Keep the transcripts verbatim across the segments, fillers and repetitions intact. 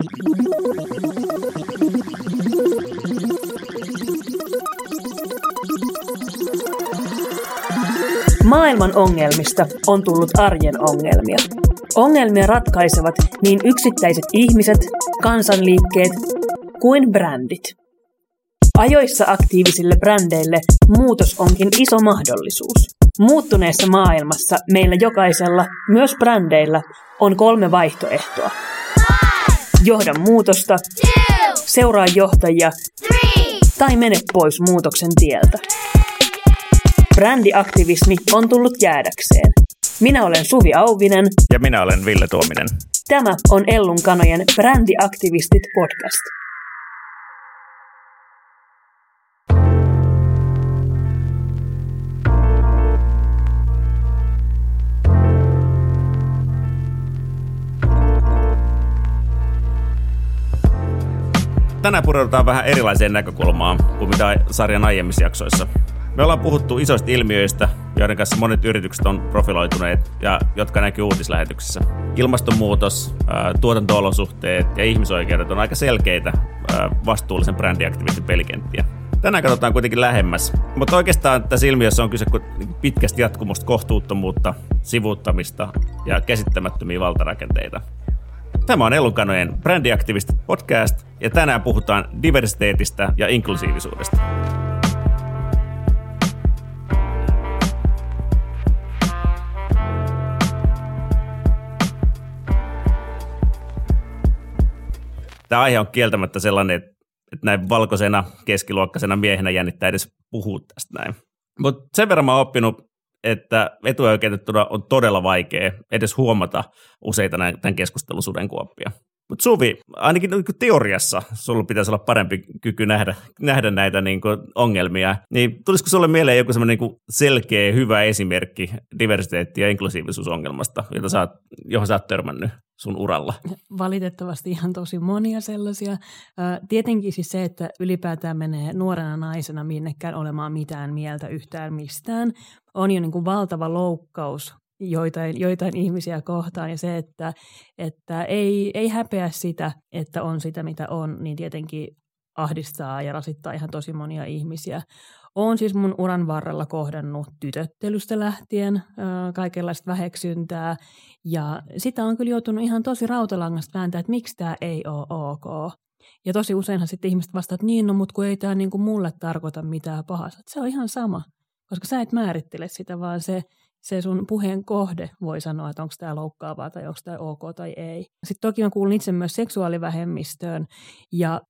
Maailman ongelmista on tullut arjen ongelmia. Ongelmia ratkaisevat niin yksittäiset ihmiset, kansanliikkeet kuin brändit. Ajoissa aktiivisille brändeille muutos onkin iso mahdollisuus. Muuttuneessa maailmassa meillä jokaisella, myös brändeillä, on kolme vaihtoehtoa. Johda muutosta, seuraa johtajia tai mene pois muutoksen tieltä. Brändiaktivismi on tullut jäädäkseen. Minä olen Suvi Auvinen. Ja minä olen Ville Tuominen. Tämä on Ellun kanojen Brändiaktivistit podcast. Tänään pureudutaan vähän erilaiseen näkökulmaan kuin mitä sarjan aiemmissa jaksoissa. Me ollaan puhuttu isoista ilmiöistä, joiden kanssa monet yritykset on profiloituneet ja jotka näkyy uutislähetyksissä. Ilmastonmuutos, tuotanto-olosuhteet ja ihmisoikeudet on aika selkeitä vastuullisen brändiaktivistin pelikenttiä. Tänään katsotaan kuitenkin lähemmäs, mutta oikeastaan tässä ilmiössä on kyse pitkästä jatkumusta kohtuuttomuutta, sivuuttamista ja käsittämättömiä valtarakenteita. Tämä on Ellun kanojen Brändiaktivistit podcast ja tänään puhutaan diversiteetistä ja inklusiivisuudesta. Tämä aihe on kieltämättä sellainen, että näin valkoisena, keskiluokkaisena miehenä jännittää edes puhua tästä näin. Mutta sen verran mä oon oppinut, että etuoikeutettuna on todella vaikea edes huomata useita tämän keskustelun sudenkuoppia. Mutta Suvi, ainakin teoriassa sulla pitäisi olla parempi kyky nähdä, nähdä näitä niinku ongelmia. Niin tulisiko sulle mieleen joku semmoinen niinku selkeä, hyvä esimerkki diversiteetti- ja inklusiivisuusongelmasta, jota sä oot, johon sä oot törmännyt sun uralla? Valitettavasti ihan tosi monia sellaisia. Tietenkin siis se, että ylipäätään menee nuorena naisena minnekään olemaan mitään mieltä yhtään mistään, on jo niin kuin valtava loukkaus joitain, joitain ihmisiä kohtaan. Ja se, että, että ei, ei häpeä sitä, että on sitä mitä on, niin tietenkin ahdistaa ja rasittaa ihan tosi monia ihmisiä. Olen siis mun uran varrella kohdannut tytöttelystä lähtien äh, kaikenlaista väheksyntää ja sitä on kyllä joutunut ihan tosi rautalangasta vääntää, että miksi tämä ei ole ok. Ja tosi useinhan sitten ihmiset vastaavat, että niin, no mutta kun ei tämä niinku mulle tarkoita mitään pahaa. Se on ihan sama, koska sä et määrittele sitä, vaan se, se sun puheen kohde voi sanoa, että onko tämä loukkaavaa tai onko tämä ok tai ei. Sitten toki mä kuulun itse myös seksuaalivähemmistöön ja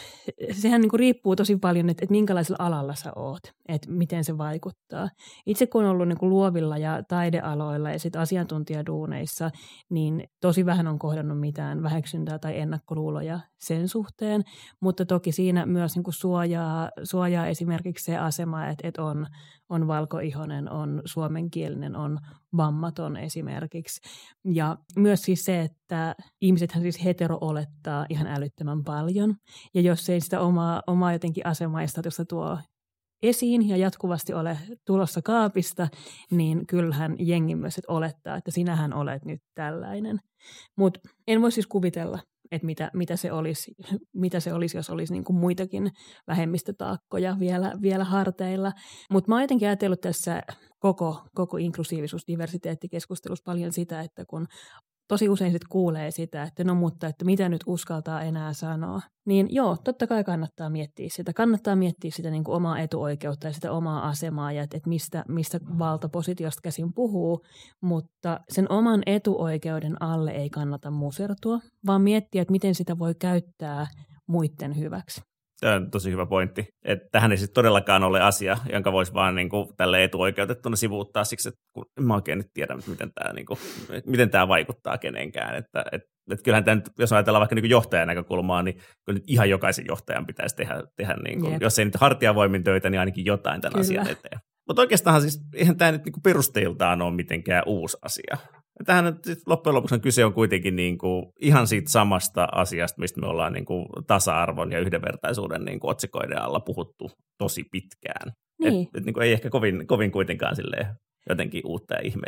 sehän niin kuin riippuu tosi paljon, että, että minkälaisella alalla sä oot, että miten se vaikuttaa. Itse kun on ollut niin kuin luovilla ja taidealoilla ja sitten asiantuntijaduuneissa, niin tosi vähän on kohdannut mitään väheksyntää tai ennakkoluuloja sen suhteen, mutta toki siinä myös niin kuin suojaa, suojaa esimerkiksi se asema, että, että on, on valkoihoinen, on suomenkielinen, on vammaton esimerkiksi. Ja myös siis se, että ihmisethän siis hetero-olettaa ihan älyttömän paljon. Ja jos ei sitä omaa, omaa jotenkin asemaa ja statusta tuo esiin ja jatkuvasti ole tulossa kaapista, niin kyllähän jengi myös olettaa, että sinähän olet nyt tällainen. Mutta en voi siis kuvitella, että mitä, mitä, se olisi, mitä se olisi, jos olisi niin kuin muitakin vähemmistötaakkoja vielä, vielä harteilla. Mutta mä oon jotenkin ajatellut tässä koko, koko inklusiivisuus-diversiteettikeskustelussa paljon sitä, että kun tosi usein sit kuulee sitä, että no mutta, että mitä nyt uskaltaa enää sanoa. Niin joo, totta kai kannattaa miettiä sitä. Kannattaa miettiä sitä niin kuin omaa etuoikeutta ja sitä omaa asemaa ja että, että mistä, mistä valtapositiosta käsin puhuu. Mutta sen oman etuoikeuden alle ei kannata musertua, vaan miettiä, että miten sitä voi käyttää muiden hyväksi. Tämä on tosi hyvä pointti. Että tähän ei siis todellakaan ole asia, jonka voisi vaan niin kuin tälle etuoikeutettuna sivuuttaa siksi, että kun en mä oikein nyt tiedä, miten tämä, niin kuin, miten tämä vaikuttaa kenenkään. Että, että, että kyllähän tämä nyt, jos ajatellaan vaikka niin kuin johtajan näkökulmaa, niin kyllä nyt ihan jokaisen johtajan pitäisi tehdä, tehdä niin kuin, jos ei nyt hartiavoimin töitä, niin ainakin jotain tämän kyllä asian eteen. Mutta oikeastaan siis eihän tämä nyt niin kuin perusteiltaan ole mitenkään uusi asia. Tähän nyt loppujen lopuksi kyse on kuitenkin niin kuin ihan siitä samasta asiasta, mistä me ollaan niin kuin tasa-arvon ja yhdenvertaisuuden niin kuin otsikoiden alla puhuttu tosi pitkään. Niin. Et, et niin kuin ei ehkä kovin, kovin kuitenkaan silleen jotenkin uutta ja ihmeellistä.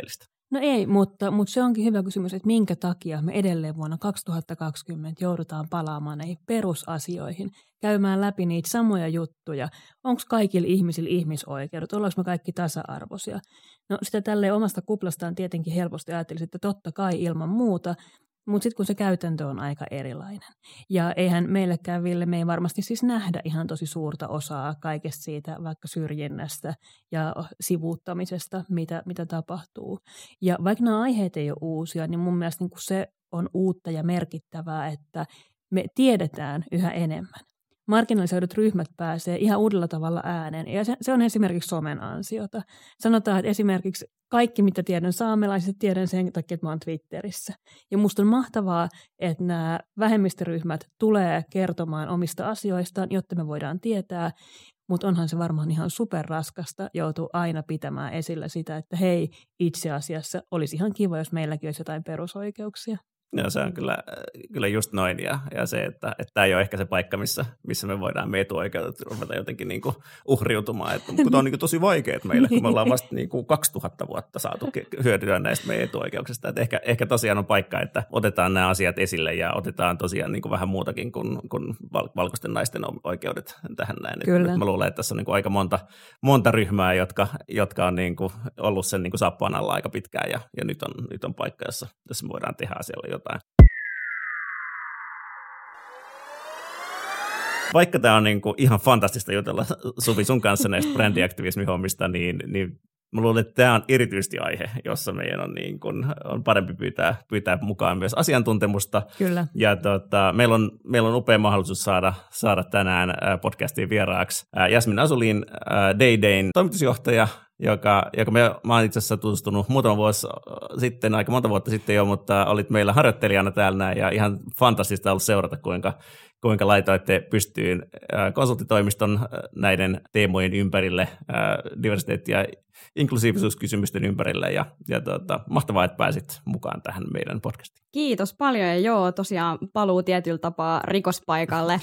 No ei, mutta, mutta se onkin hyvä kysymys, että minkä takia me edelleen vuonna kaksituhattakaksikymmentä joudutaan palaamaan näihin perusasioihin, käymään läpi niitä samoja juttuja. Onko kaikilla ihmisillä ihmisoikeudet? Ollaanko me kaikki tasa-arvoisia? No sitä tälleen omasta kuplastaan tietenkin helposti ajattelisi, että totta kai ilman muuta, mutta sitten kun se käytäntö on aika erilainen. Ja eihän meillekään, Ville, me ei varmasti siis nähdä ihan tosi suurta osaa kaikesta siitä vaikka syrjinnästä ja sivuuttamisesta, mitä, mitä tapahtuu. Ja vaikka nämä aiheet ei ole uusia, niin mun mielestä niin se on uutta ja merkittävää, että me tiedetään yhä enemmän. Marginalisoidut ryhmät pääsee ihan uudella tavalla ääneen, ja se, se on esimerkiksi somen ansiota. Sanotaan, että esimerkiksi kaikki, mitä tiedän saamelaiset, tiedän sen takia, että mä oon Twitterissä. Ja musta on mahtavaa, että nämä vähemmistöryhmät tulee kertomaan omista asioistaan, jotta me voidaan tietää, mutta onhan se varmaan ihan superraskasta joutua aina pitämään esillä sitä, että hei, itse asiassa olisi ihan kiva, jos meilläkin olisi jotain perusoikeuksia. Joo, se on kyllä, kyllä just noin, ja, ja se, että tämä ei ole ehkä se paikka, missä, missä me voidaan me etuoikeudet ruveta jotenkin niin kuin uhriutumaan, että mutta on niin kuin tosi vaikeat meille, kun me ollaan vasta niin kuin kaksituhatta vuotta saatu hyötyä näistä meidän etuoikeuksista, että ehkä, ehkä tosiaan on paikka, että otetaan nämä asiat esille ja otetaan tosiaan niin kuin vähän muutakin kuin, kuin valkoisten naisten oikeudet tähän näin. Kyllä. Mä luulen, että tässä on niin kuin aika monta, monta ryhmää, jotka, jotka on niin kuin ollut sen niin kuin sappaan alla aika pitkään, ja, ja nyt, on, nyt on paikka, jossa, jossa me voidaan tehdä asialle jotain. Vaikka tämä on niinku ihan fantastista jutella, Suvi, sun kanssa näistä brändiaktivismihommista, niin, niin mä luulen, että tämä on erityisesti aihe, jossa meidän on, niin kuin, on parempi pyytää, pyytää mukaan myös asiantuntemusta. Kyllä. Ja tota, meillä, on, meillä on upea mahdollisuus saada, saada tänään podcastiin vieraaksi Jasmin Asulin, Day-Dayn toimitusjohtaja, joka, joka me, mä oon itse asiassa tutustunut muutama vuosi sitten, aika monta vuotta sitten jo, mutta olit meillä harjoittelijana täällä ja ihan fantastista ollut seurata, kuinka, kuinka laitoitte pystyyn konsulttitoimiston näiden teemojen ympärille, diversiteetti- ja inklusiivisuuskysymysten ympärille, ja, ja tuota, mahtavaa, että pääsit mukaan tähän meidän podcastiin. Kiitos paljon, ja joo, tosiaan paluu tietyllä tapaa rikospaikalle.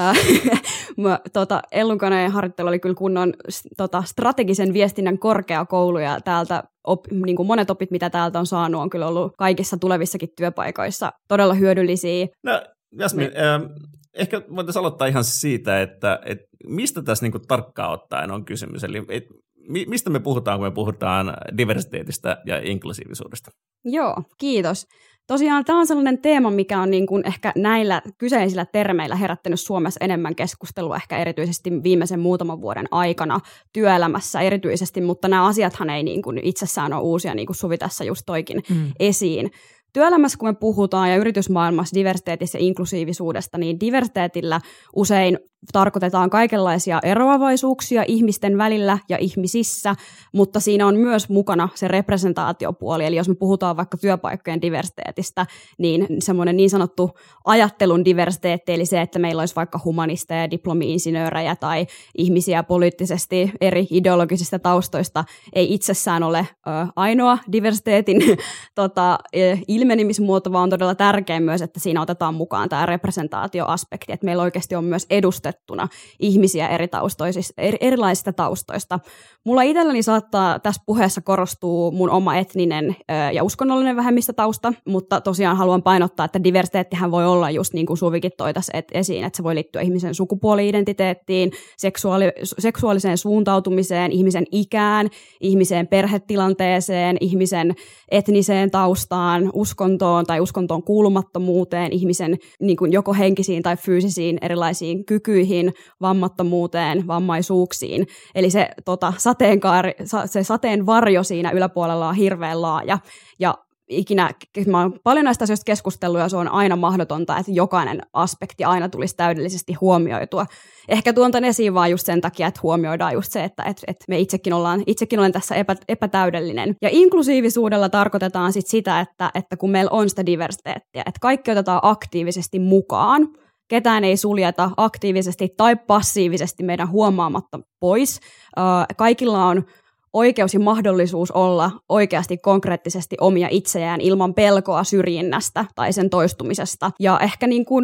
tota, Ellunkoneen harjoittelu oli kyllä kunnon tota, strategisen viestinnän korkeakoulu, ja täältä op, niin kuin monet opit, mitä täältä on saanut, on kyllä ollut kaikissa tulevissakin työpaikoissa todella hyödyllisiä. No, Jasmin, Me... äh, ehkä voitaisiin aloittaa ihan siitä, että et mistä tässä niin kuin tarkkaan ottaen on kysymys, eli et, mistä me puhutaan, kun me puhutaan diversiteetistä ja inklusiivisuudesta? Joo, kiitos. Tosiaan tämä on sellainen teema, mikä on niin kuin ehkä näillä kyseisillä termeillä herättänyt Suomessa enemmän keskustelua, ehkä erityisesti viimeisen muutaman vuoden aikana työelämässä erityisesti, mutta nämä asiathan ei niin kuin itsessään ole uusia, niin kuin Suvi tässä just toikin mm. esiin. Työelämässä, kun me puhutaan ja yritysmaailmassa diversiteetistä ja inklusiivisuudesta, niin diversiteetillä usein tarkoitetaan kaikenlaisia eroavaisuuksia ihmisten välillä ja ihmisissä, mutta siinä on myös mukana se representaatiopuoli. Eli jos me puhutaan vaikka työpaikkojen diversiteetistä, niin semmoinen niin sanottu ajattelun diversiteetti, eli se, että meillä olisi vaikka humanisteja, diplomi-insinöörejä tai ihmisiä poliittisesti eri ideologisista taustoista, ei itsessään ole ö, ainoa diversiteetin tota, ilmenemismuoto, vaan on todella tärkeää myös, että siinä otetaan mukaan tämä representaatioaspekti, että meillä oikeasti on myös edustettu ihmisiä eri taustoisista, eri, erilaisista taustoista. Mulla itselläni saattaa tässä puheessa korostua mun oma etninen ö, ja uskonnollinen vähemmistötausta, mutta tosiaan haluan painottaa, että diversiteettihän voi olla just niin kuin Suvikin toi tässä et, esiin, että se voi liittyä ihmisen sukupuoli-identiteettiin, seksuaali, seksuaaliseen suuntautumiseen, ihmisen ikään, ihmisen perhetilanteeseen, ihmisen etniseen taustaan, uskontoon tai uskontoon kuulumattomuuteen, ihmisen niin kuin joko henkisiin tai fyysisiin erilaisiin kykyihin, vammattomuuteen, vammaisuuksiin. Eli se, tota, sateenkaari, se sateenvarjo siinä yläpuolella on hirveän laaja. Ja ikinä, mä oon paljon näistä asioista keskustellut, ja se on aina mahdotonta, että jokainen aspekti aina tulisi täydellisesti huomioitua. Ehkä tuon tämän esiin vaan just sen takia, että huomioidaan just se, että, että, että me itsekin ollaan, itsekin olen tässä epä, epätäydellinen. Ja inklusiivisuudella tarkoitetaan sit sitä, että, että kun meillä on sitä diversiteettiä, että kaikki otetaan aktiivisesti mukaan, ketään ei suljeta aktiivisesti tai passiivisesti meidän huomaamatta pois. Kaikilla on oikeus ja mahdollisuus olla oikeasti konkreettisesti omia itseään ilman pelkoa syrjinnästä tai sen toistumisesta. Ja ehkä niin kuin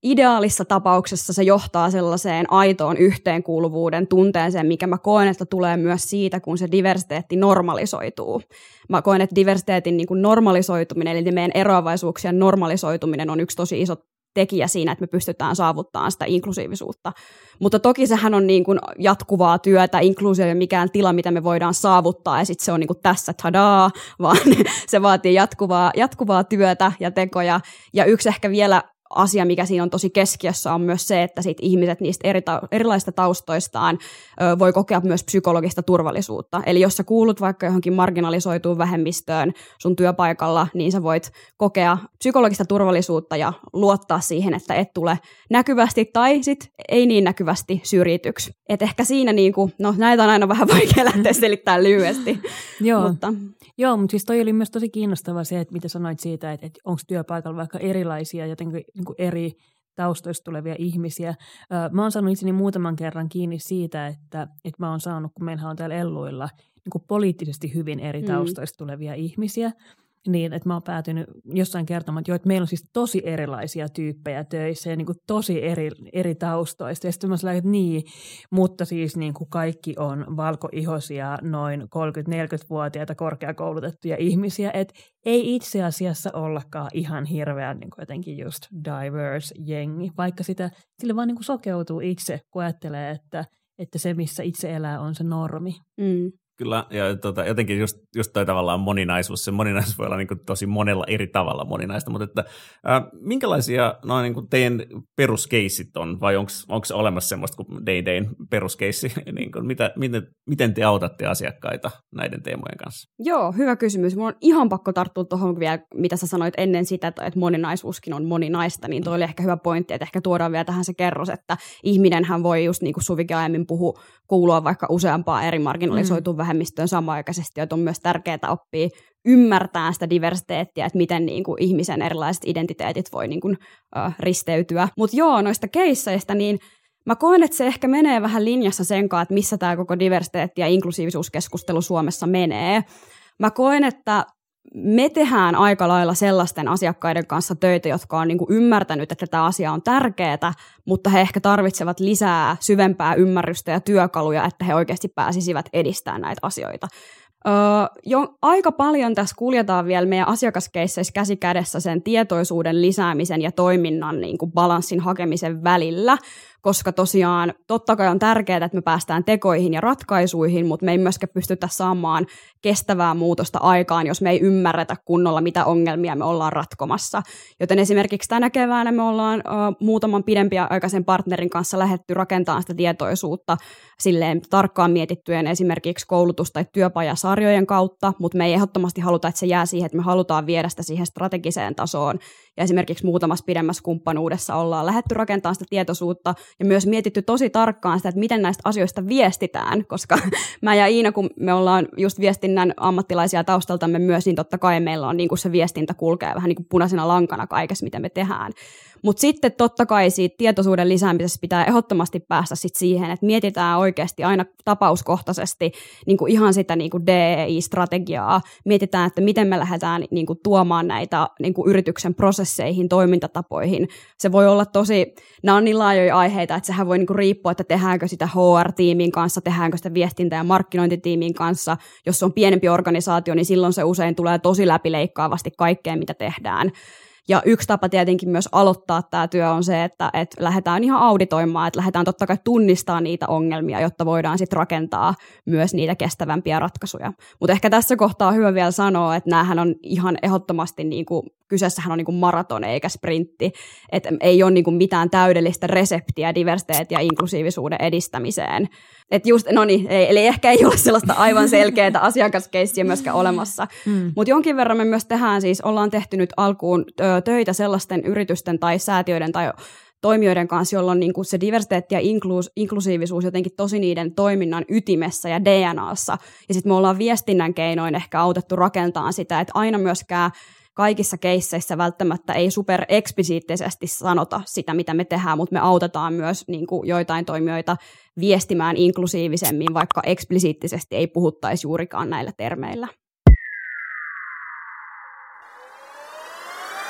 ideaalissa tapauksessa se johtaa sellaiseen aitoon yhteenkuuluvuuden tunteeseen, mikä mä koen, että tulee myös siitä, kun se diversiteetti normalisoituu. Mä koen, että diversiteetin niin kuin normalisoituminen, eli meidän eroavaisuuksien normalisoituminen on yksi tosi iso tekijä siinä, että me pystytään saavuttamaan sitä inklusiivisuutta. Mutta toki sehän on niin kuin jatkuvaa työtä, inkluusio ei ole mikään tila, mitä me voidaan saavuttaa, ja sitten se on niin kuin tässä tadaa, vaan se vaatii jatkuvaa, jatkuvaa työtä ja tekoja. Ja yksi ehkä vielä asia, mikä siinä on tosi keskiössä, on myös se, että sit ihmiset niistä eri ta- erilaisista taustoistaan ö, voi kokea myös psykologista turvallisuutta. Eli jos sä kuulut vaikka johonkin marginalisoituun vähemmistöön sun työpaikalla, niin sä voit kokea psykologista turvallisuutta ja luottaa siihen, että et tule näkyvästi tai sit ei niin näkyvästi syrjityksi. Et ehkä siinä, niinku, no näitä on aina vähän vaikea lähteä selittämään lyhyesti. Joo. mutta... Joo, mutta siis toi oli myös tosi kiinnostavaa se, että mitä sanoit siitä, että, että onko työpaikalla vaikka erilaisia jotenkin niin kuin eri taustoista tulevia ihmisiä. Mä oon saanut itseni muutaman kerran kiinni siitä, että, että mä oon saanut, kun meillähän on täällä Elluilla niin kuin poliittisesti hyvin eri taustoista tulevia mm. ihmisiä, niin että mä oon päätynyt jossain kertomaan, että, jo, että meillä on siis tosi erilaisia tyyppejä töissä ja niin kuin tosi eri, eri taustoista. Ja sitten mä sanoin, että niin, mutta siis niin kuin kaikki on valkoihoisia, noin kolmekymmentä-neljäkymmentävuotiaita korkeakoulutettuja ihmisiä, että ei itse asiassa ollakaan ihan hirveän niin kuin jotenkin just diverse jengi, vaikka sitä, sille vaan niin kuin sokeutuu itse, kun ajattelee, että, että se missä itse elää on se normi. Mm. Kyllä, ja tota, jotenkin just, just toi tavallaan moninaisuus, se moninaisuus voi olla niin kuin tosi monella eri tavalla moninaista, mutta että, ää, minkälaisia no, niin kuin teidän peruskeissit on, vai onko olemassa semmoista kuin Day Dayn peruskeissi, niin kuin, mitä, miten, miten te autatte asiakkaita näiden teemojen kanssa? Joo, hyvä kysymys. Mun on ihan pakko tarttua tuohon vielä, mitä sä sanoit ennen sitä, että moninaisuuskin on moninaista, niin toi oli ehkä hyvä pointti, että ehkä tuodaan vielä tähän se kerros, että ihminenhän voi just niin kuin Suvikin aiemmin puhu, kuulua vaikka useampaa eri marginalisoituun mm. vähemmistöön samanaikaisesti, että on myös tärkeää oppia ymmärtää sitä diversiteettiä, että miten niin kuin, ihmisen erilaiset identiteetit voi niin kuin, äh, risteytyä. Mutta joo, noista keisseistä, niin mä koen, että se ehkä menee vähän linjassa sen kanssa, että missä tämä koko diversiteetti- ja inklusiivisuuskeskustelu Suomessa menee. Mä koen, että me tehdään aika lailla sellaisten asiakkaiden kanssa töitä, jotka on niin kuin ymmärtänyt, että tämä asia on tärkeää, mutta he ehkä tarvitsevat lisää syvempää ymmärrystä ja työkaluja, että he oikeasti pääsisivät edistämään näitä asioita. Öö, jo aika paljon tässä kuljetaan vielä meidän asiakaskeisseissä käsi kädessä sen tietoisuuden lisäämisen ja toiminnan niin kuin balanssin hakemisen välillä, koska tosiaan totta kai on tärkeää, että me päästään tekoihin ja ratkaisuihin, mutta me ei myöskään pystytä saamaan kestävää muutosta aikaan, jos me ei ymmärretä kunnolla, mitä ongelmia me ollaan ratkomassa. Joten esimerkiksi tänä keväänä me ollaan ö, muutaman pidempiaikaisen partnerin kanssa lähdetty rakentamaan sitä tietoisuutta silleen tarkkaan mietittyjen esimerkiksi koulutus- tai työpajasarjojen kautta, mutta me ei ehdottomasti haluta, että se jää siihen, että me halutaan viedä sitä siihen strategiseen tasoon. Ja esimerkiksi muutamassa pidemmässä kumppanuudessa ollaan lähdetty rakentamaan sitä tietoisuutta ja myös mietitty tosi tarkkaan sitä, että miten näistä asioista viestitään, koska mä ja Iina, kun me ollaan just viestinnän ammattilaisia taustaltamme myös, niin totta kai meillä on niin kuin se viestintä kulkee vähän niin kuin punaisena lankana kaikessa, mitä me tehdään. Mutta sitten totta kai siitä tietoisuuden lisäämisessä pitää ehdottomasti päästä sit siihen, että mietitään oikeasti aina tapauskohtaisesti niin kuin ihan sitä niin kuin D E I-strategiaa. Mietitään, että miten me lähdetään niin kuin tuomaan näitä niin kuin yrityksen prosesseihin, toimintatapoihin. Se voi olla tosi, nämä on niin laajoja aiheita, että sehän voi niin kuin riippua, että tehdäänkö sitä H R-tiimin kanssa, tehdäänkö sitä viestintä- ja markkinointitiimin kanssa. Jos se on pienempi organisaatio, niin silloin se usein tulee tosi läpileikkaavasti kaikkeen, mitä tehdään. Ja yksi tapa tietenkin myös aloittaa tämä työ on se, että, että lähdetään ihan auditoimaan, että lähdetään totta kai tunnistamaan niitä ongelmia, jotta voidaan sitten rakentaa myös niitä kestävämpiä ratkaisuja. Mutta ehkä tässä kohtaa on hyvä vielä sanoa, että näähän on ihan ehdottomasti, niin kuin, kyseessähän on niin kuin maraton eikä sprintti, että ei ole niin kuin mitään täydellistä reseptiä diversiteetin ja inklusiivisuuden edistämiseen. Että just, no niin, ei, eli ehkä ei ole sellaista aivan selkeää asiakaskeissiä myöskään olemassa. Mm. Mutta jonkin verran me myös tehdään siis, ollaan tehty nyt alkuun ö, töitä sellaisten yritysten tai säätiöiden tai toimijoiden kanssa, jolla on niin kuin se diversiteetti ja inkluus, inklusiivisuus jotenkin tosi niiden toiminnan ytimessä ja D N A:ssa. Ja sitten me ollaan viestinnän keinoin ehkä autettu rakentamaan sitä, että aina myöskään kaikissa keisseissä välttämättä ei super eksplisiittisesti sanota sitä, mitä me tehdään, mutta me autetaan myös niin kuin joitain toimijoita viestimään inklusiivisemmin, vaikka eksplisiittisesti ei puhuttaisi juurikaan näillä termeillä.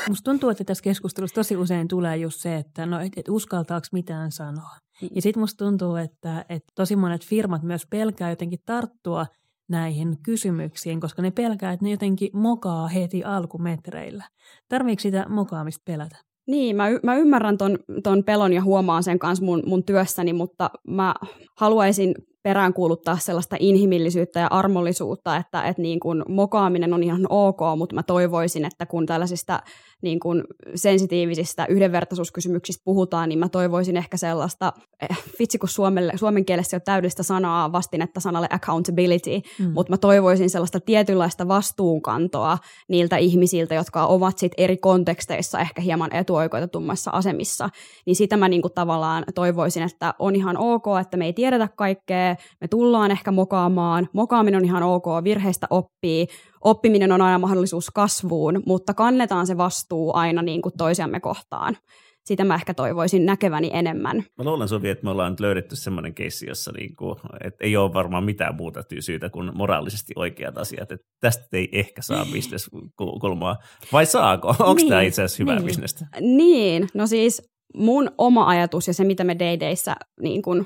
Musta tuntuu, että tässä keskustelussa tosi usein tulee just se, että no et, et uskaltaako mitään sanoa. Ja sitten musta tuntuu, että et tosi monet firmat myös pelkää jotenkin tarttua näihin kysymyksiin, koska ne pelkää, että ne jotenkin mokaa heti alkumetreillä. Tarviiko sitä mokaamista pelätä? Niin, mä, y- mä ymmärrän ton, ton pelon ja huomaan sen kanssa mun, mun työssäni, mutta mä haluaisin peräänkuuluttaa sellaista inhimillisyyttä ja armollisuutta, että, että niin kuin mokaaminen on ihan ok, mutta mä toivoisin, että kun tällaisista niin kuin sensitiivisistä yhdenvertaisuuskysymyksistä puhutaan, niin mä toivoisin ehkä sellaista, eh, vitsi kun suomelle, suomen kielessä ei ole täydellistä sanaa vastinetta sanalle accountability, mm. mutta mä toivoisin sellaista tietynlaista vastuunkantoa niiltä ihmisiltä, jotka ovat sit eri konteksteissa ehkä hieman etuoikeutetummassa asemissa, niin sitä mä niin kuin tavallaan toivoisin, että on ihan ok, että me ei tiedetä kaikkea, me tullaan ehkä mokaamaan, mokaaminen on ihan ok, virheistä oppii, oppiminen on aina mahdollisuus kasvuun, mutta kannetaan se vastuu aina niin kuin toisiamme kohtaan. Sitä mä ehkä toivoisin näkeväni enemmän. Mä luulen, Sofi, että me ollaan nyt löydetty semmoinen keissi, jossa niinku, et ei ole varmaan mitään muuta syytä kuin moraalisesti oikeat asiat. Et tästä ei ehkä saa bisneskulmaa. Vai saako? Onko niin, tämä itse asiassa hyvää niin. bisnestä? Niin, no siis mun oma ajatus ja se, mitä me Daydayssä, niin kun,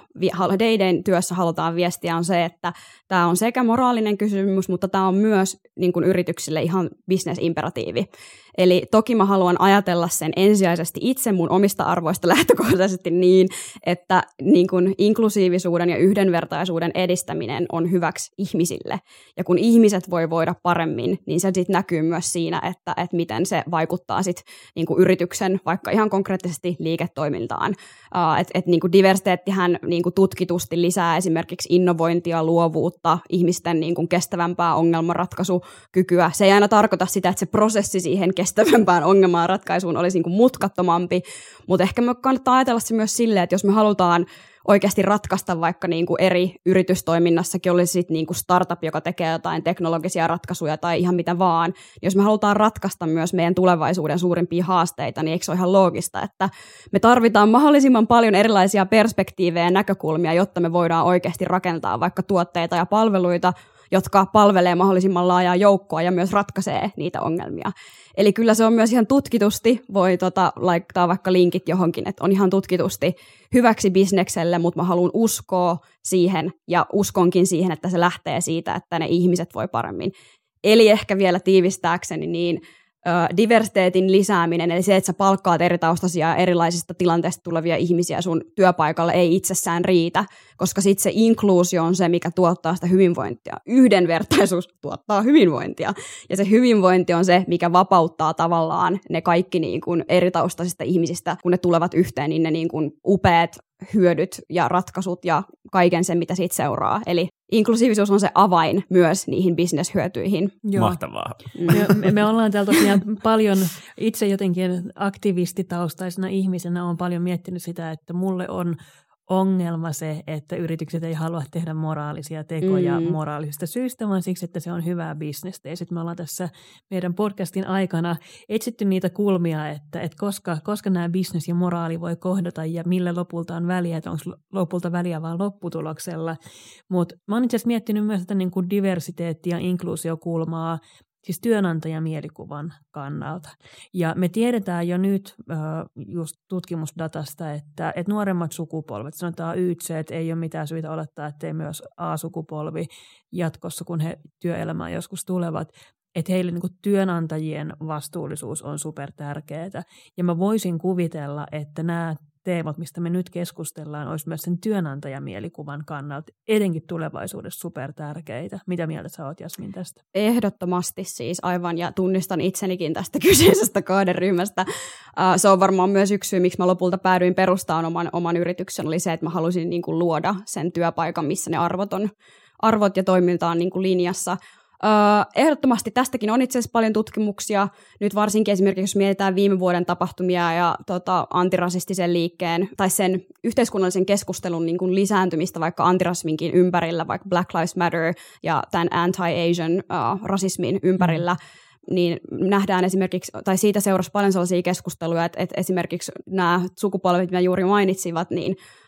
uh, Daydayn työssä halutaan viestiä, on se, että tämä on sekä moraalinen kysymys, mutta tämä on myös niin kun yrityksille ihan bisnesimperatiivi. Eli toki mä haluan ajatella sen ensisijaisesti itse mun omista arvoista lähtökohtaisesti niin, että niin kun inklusiivisuuden ja yhdenvertaisuuden edistäminen on hyväksi ihmisille. Ja kun ihmiset voi voida paremmin, niin se sitten näkyy myös siinä, että, että miten se vaikuttaa sit niin kun yrityksen vaikka ihan konkreettisesti liiketoimintaan. Uh, että et, niin kun diversiteettihän niin kun tutkitusti lisää esimerkiksi innovointia, luovuutta, ihmisten niin kun kestävämpää ongelmanratkaisukykyä. Se ei aina tarkoita sitä, että se prosessi siihen kestävämpään ongelmanratkaisuun olisi niin kuin mutkattomampi, mutta ehkä me kannattaa ajatella se myös silleen, että jos me halutaan oikeasti ratkaista vaikka niin kuin eri yritystoiminnassakin, olisi sitten niin kuin startup, joka tekee jotain teknologisia ratkaisuja tai ihan mitä vaan, jos me halutaan ratkaista myös meidän tulevaisuuden suurimpia haasteita, niin eikö se ole ihan loogista, että me tarvitaan mahdollisimman paljon erilaisia perspektiivejä ja näkökulmia, jotta me voidaan oikeasti rakentaa vaikka tuotteita ja palveluita, jotka palvelee mahdollisimman laajaa joukkoa ja myös ratkaisee niitä ongelmia. Eli kyllä se on myös ihan tutkitusti, voi tota, laittaa vaikka linkit johonkin, että on ihan tutkitusti hyväksi bisnekselle, mutta mä haluan uskoa siihen ja uskonkin siihen, että se lähtee siitä, että ne ihmiset voi paremmin. Eli ehkä vielä tiivistääkseni, niin diversiteetin lisääminen, eli se, että sä palkkaat eri taustaisia ja erilaisista tilanteista tulevia ihmisiä sun työpaikalle ei itsessään riitä, koska sitten se inkluusio on se, mikä tuottaa sitä hyvinvointia. Yhdenvertaisuus tuottaa hyvinvointia, ja se hyvinvointi on se, mikä vapauttaa tavallaan ne kaikki niin kuin eri taustaisista ihmisistä, kun ne tulevat yhteen, niin ne niin kuin upeat hyödyt ja ratkaisut ja kaiken sen, mitä siitä seuraa. Eli inklusiivisuus on se avain myös niihin bisneshyötyihin. Joo. Mahtavaa. Me, me ollaan täällä tosiaan paljon, itse jotenkin aktivistitaustaisena ihmisenä olen paljon miettinyt sitä, että mulle on ongelma se, että yritykset ei halua tehdä moraalisia tekoja mm. moraalisista syistä, vaan siksi, että se on hyvää bisnestä. Ja sitten me ollaan tässä meidän podcastin aikana etsitty niitä kulmia, että, että koska, koska nämä bisnes ja moraali voi kohdata ja millä lopulta on väliä, että onko lopulta väliä vaan lopputuloksella. Mutta mä oon itse asiassa miettinyt myös tätä niin kuin diversiteetti- ja inkluusiokulmaa, siis työnantajamielikuvän kannalta. Ja me tiedetään jo nyt äh, just tutkimusdatasta, että, että nuoremmat sukupolvet, sanotaan Y Z, että ei ole mitään syytä olettaa, ettei myös A-sukupolvi jatkossa, kun he työelämään joskus tulevat, että heille niin kuin työnantajien vastuullisuus on supertärkeää. Ja mä voisin kuvitella, että nämä teemat, mistä me nyt keskustellaan, olisi myös sen työnantajamielikuvän kannalta etenkin tulevaisuudessa supertärkeitä. Mitä mieltä sä oot, Jasmin, tästä? Ehdottomasti siis aivan, ja tunnistan itsenikin tästä kyseisestä kohderyhmästä. Se on varmaan myös yksi syy, miksi mä lopulta päädyin perustamaan oman, oman yrityksen, oli se, että mä halusin niin kuin luoda sen työpaikan, missä ne arvot, on, arvot ja toiminta on niin kuin linjassa. Uh, ehdottomasti tästäkin on itse asiassa paljon tutkimuksia, nyt varsinkin esimerkiksi jos mietitään viime vuoden tapahtumia ja tota, antirasistisen liikkeen tai sen yhteiskunnallisen keskustelun niin kuin lisääntymistä vaikka antirasisminkin ympärillä, vaikka Black Lives Matter ja tämän anti-Asian uh, rasismin ympärillä, mm. niin nähdään esimerkiksi, tai siitä seurasi paljon sellaisia keskusteluja, että, että esimerkiksi nämä sukupolvet, mitä juuri mainitsivat, niin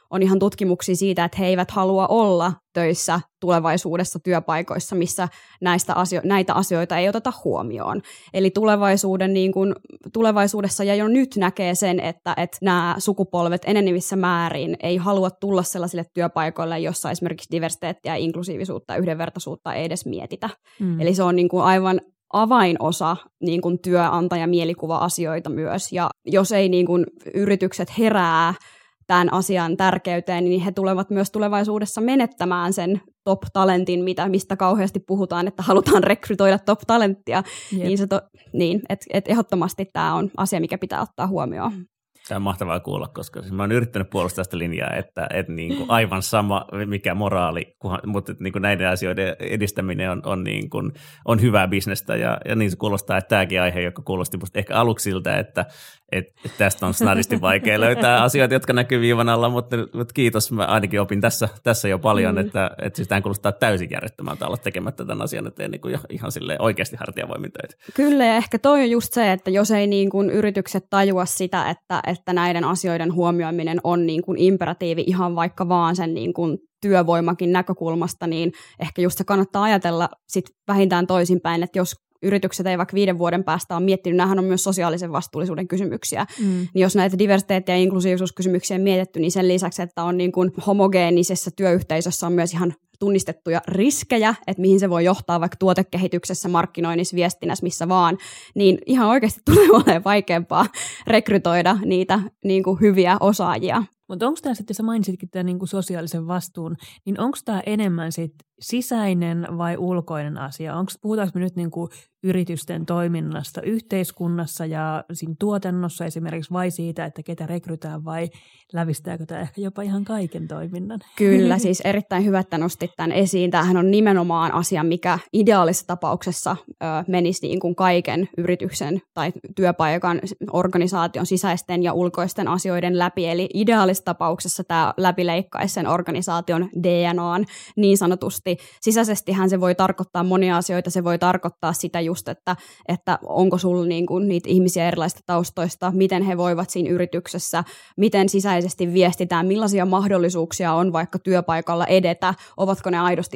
on ihan tutkimuksia siitä, että he eivät halua olla töissä tulevaisuudessa työpaikoissa, missä näistä asio- näitä asioita ei oteta huomioon. Eli tulevaisuuden, niin kuin, tulevaisuudessa ja jo nyt näkee sen, että, että nämä sukupolvet enenevissä määrin ei halua tulla sellaisille työpaikoille, jossa esimerkiksi diversiteettiä, inklusiivisuutta ja yhdenvertaisuutta ei edes mietitä. Mm. Eli se on niin kuin aivan avainosa niin kuin työnantajamielikuva-asioita myös. Ja jos ei niin kuin yritykset herää tämän asian tärkeyteen, niin he tulevat myös tulevaisuudessa menettämään sen top-talentin, mitä, mistä kauheasti puhutaan, että halutaan rekrytoida top-talenttia. Yep. Niin, se to, niin että et ehdottomasti tämä on asia, mikä pitää ottaa huomioon. Tämä on mahtavaa kuulla, koska siis mä oon yrittänyt puolustaa sitä linjaa, että, että niin kuin aivan sama mikä moraali, kunhan, mutta niin kuin näiden asioiden edistäminen on, on, niin kuin, on hyvää bisnestä ja, ja niin se kuulostaa, että tämäkin aihe, joka kuulosti musta ehkä aluksi siltä, että, että tästä on snadisti vaikea löytää asioita, jotka näkyy viivan alla, mutta, mutta kiitos, mä ainakin opin tässä, tässä jo paljon, mm. että, että siis tämän kuulostaa täysin järjettömältä olla tekemättä tämän asian eteen niin kuin ihan silleen oikeasti hartiavoimin töitä. Kyllä ja ehkä toi on just se, että jos ei niin kuin yritykset tajua sitä, että, että näiden asioiden huomioiminen on niin kuin imperatiivi ihan vaikka vaan sen niin kuin työvoimakin näkökulmasta, niin ehkä just se kannattaa ajatella sit vähintään toisinpäin, että jos yritykset ei vaikka viiden vuoden päästä ole miettinyt, nämähän on myös sosiaalisen vastuullisuuden kysymyksiä, mm. niin jos näitä diversiteetti- ja inklusiivisuuskysymyksiä on mietitty, niin sen lisäksi, että on niin kuin homogeenisessa työyhteisössä on myös ihan tunnistettuja riskejä, että mihin se voi johtaa vaikka tuotekehityksessä, markkinoinnissa, viestinnässä, missä vaan, niin ihan oikeasti tulee olemaan vaikeampaa rekrytoida niitä niin kuin hyviä osaajia. Mutta onko tämä sitten, sä mainitsitkin tämän niinku sosiaalisen vastuun, niin onko tämä enemmän sit sisäinen vai ulkoinen asia? Onko, puhutaanko me nyt niinku yritysten toiminnasta yhteiskunnassa ja siinä tuotannossa esimerkiksi vai siitä, että ketä rekrytään vai lävistääkö tämä ehkä jopa ihan kaiken toiminnan? Kyllä, siis erittäin hyvä, että nostit tämän esiin. Tämähän on nimenomaan asia, mikä ideaalisessa tapauksessa ö, menisi niin kuin kaiken yrityksen tai työpaikan organisaation sisäisten ja ulkoisten asioiden läpi. Eli ideaalisessa tapauksessa tämä läpileikkaisi sen organisaation D N A:n niin sanotusti. Sisäisestihän se voi tarkoittaa monia asioita. Se voi tarkoittaa sitä just, että, että onko sulla niin kuin niitä ihmisiä erilaisista taustoista, miten he voivat siinä yrityksessä, miten sisäisesti viestitään, millaisia mahdollisuuksia on vaikka työpaikalla edetä, ovatko ne aidosti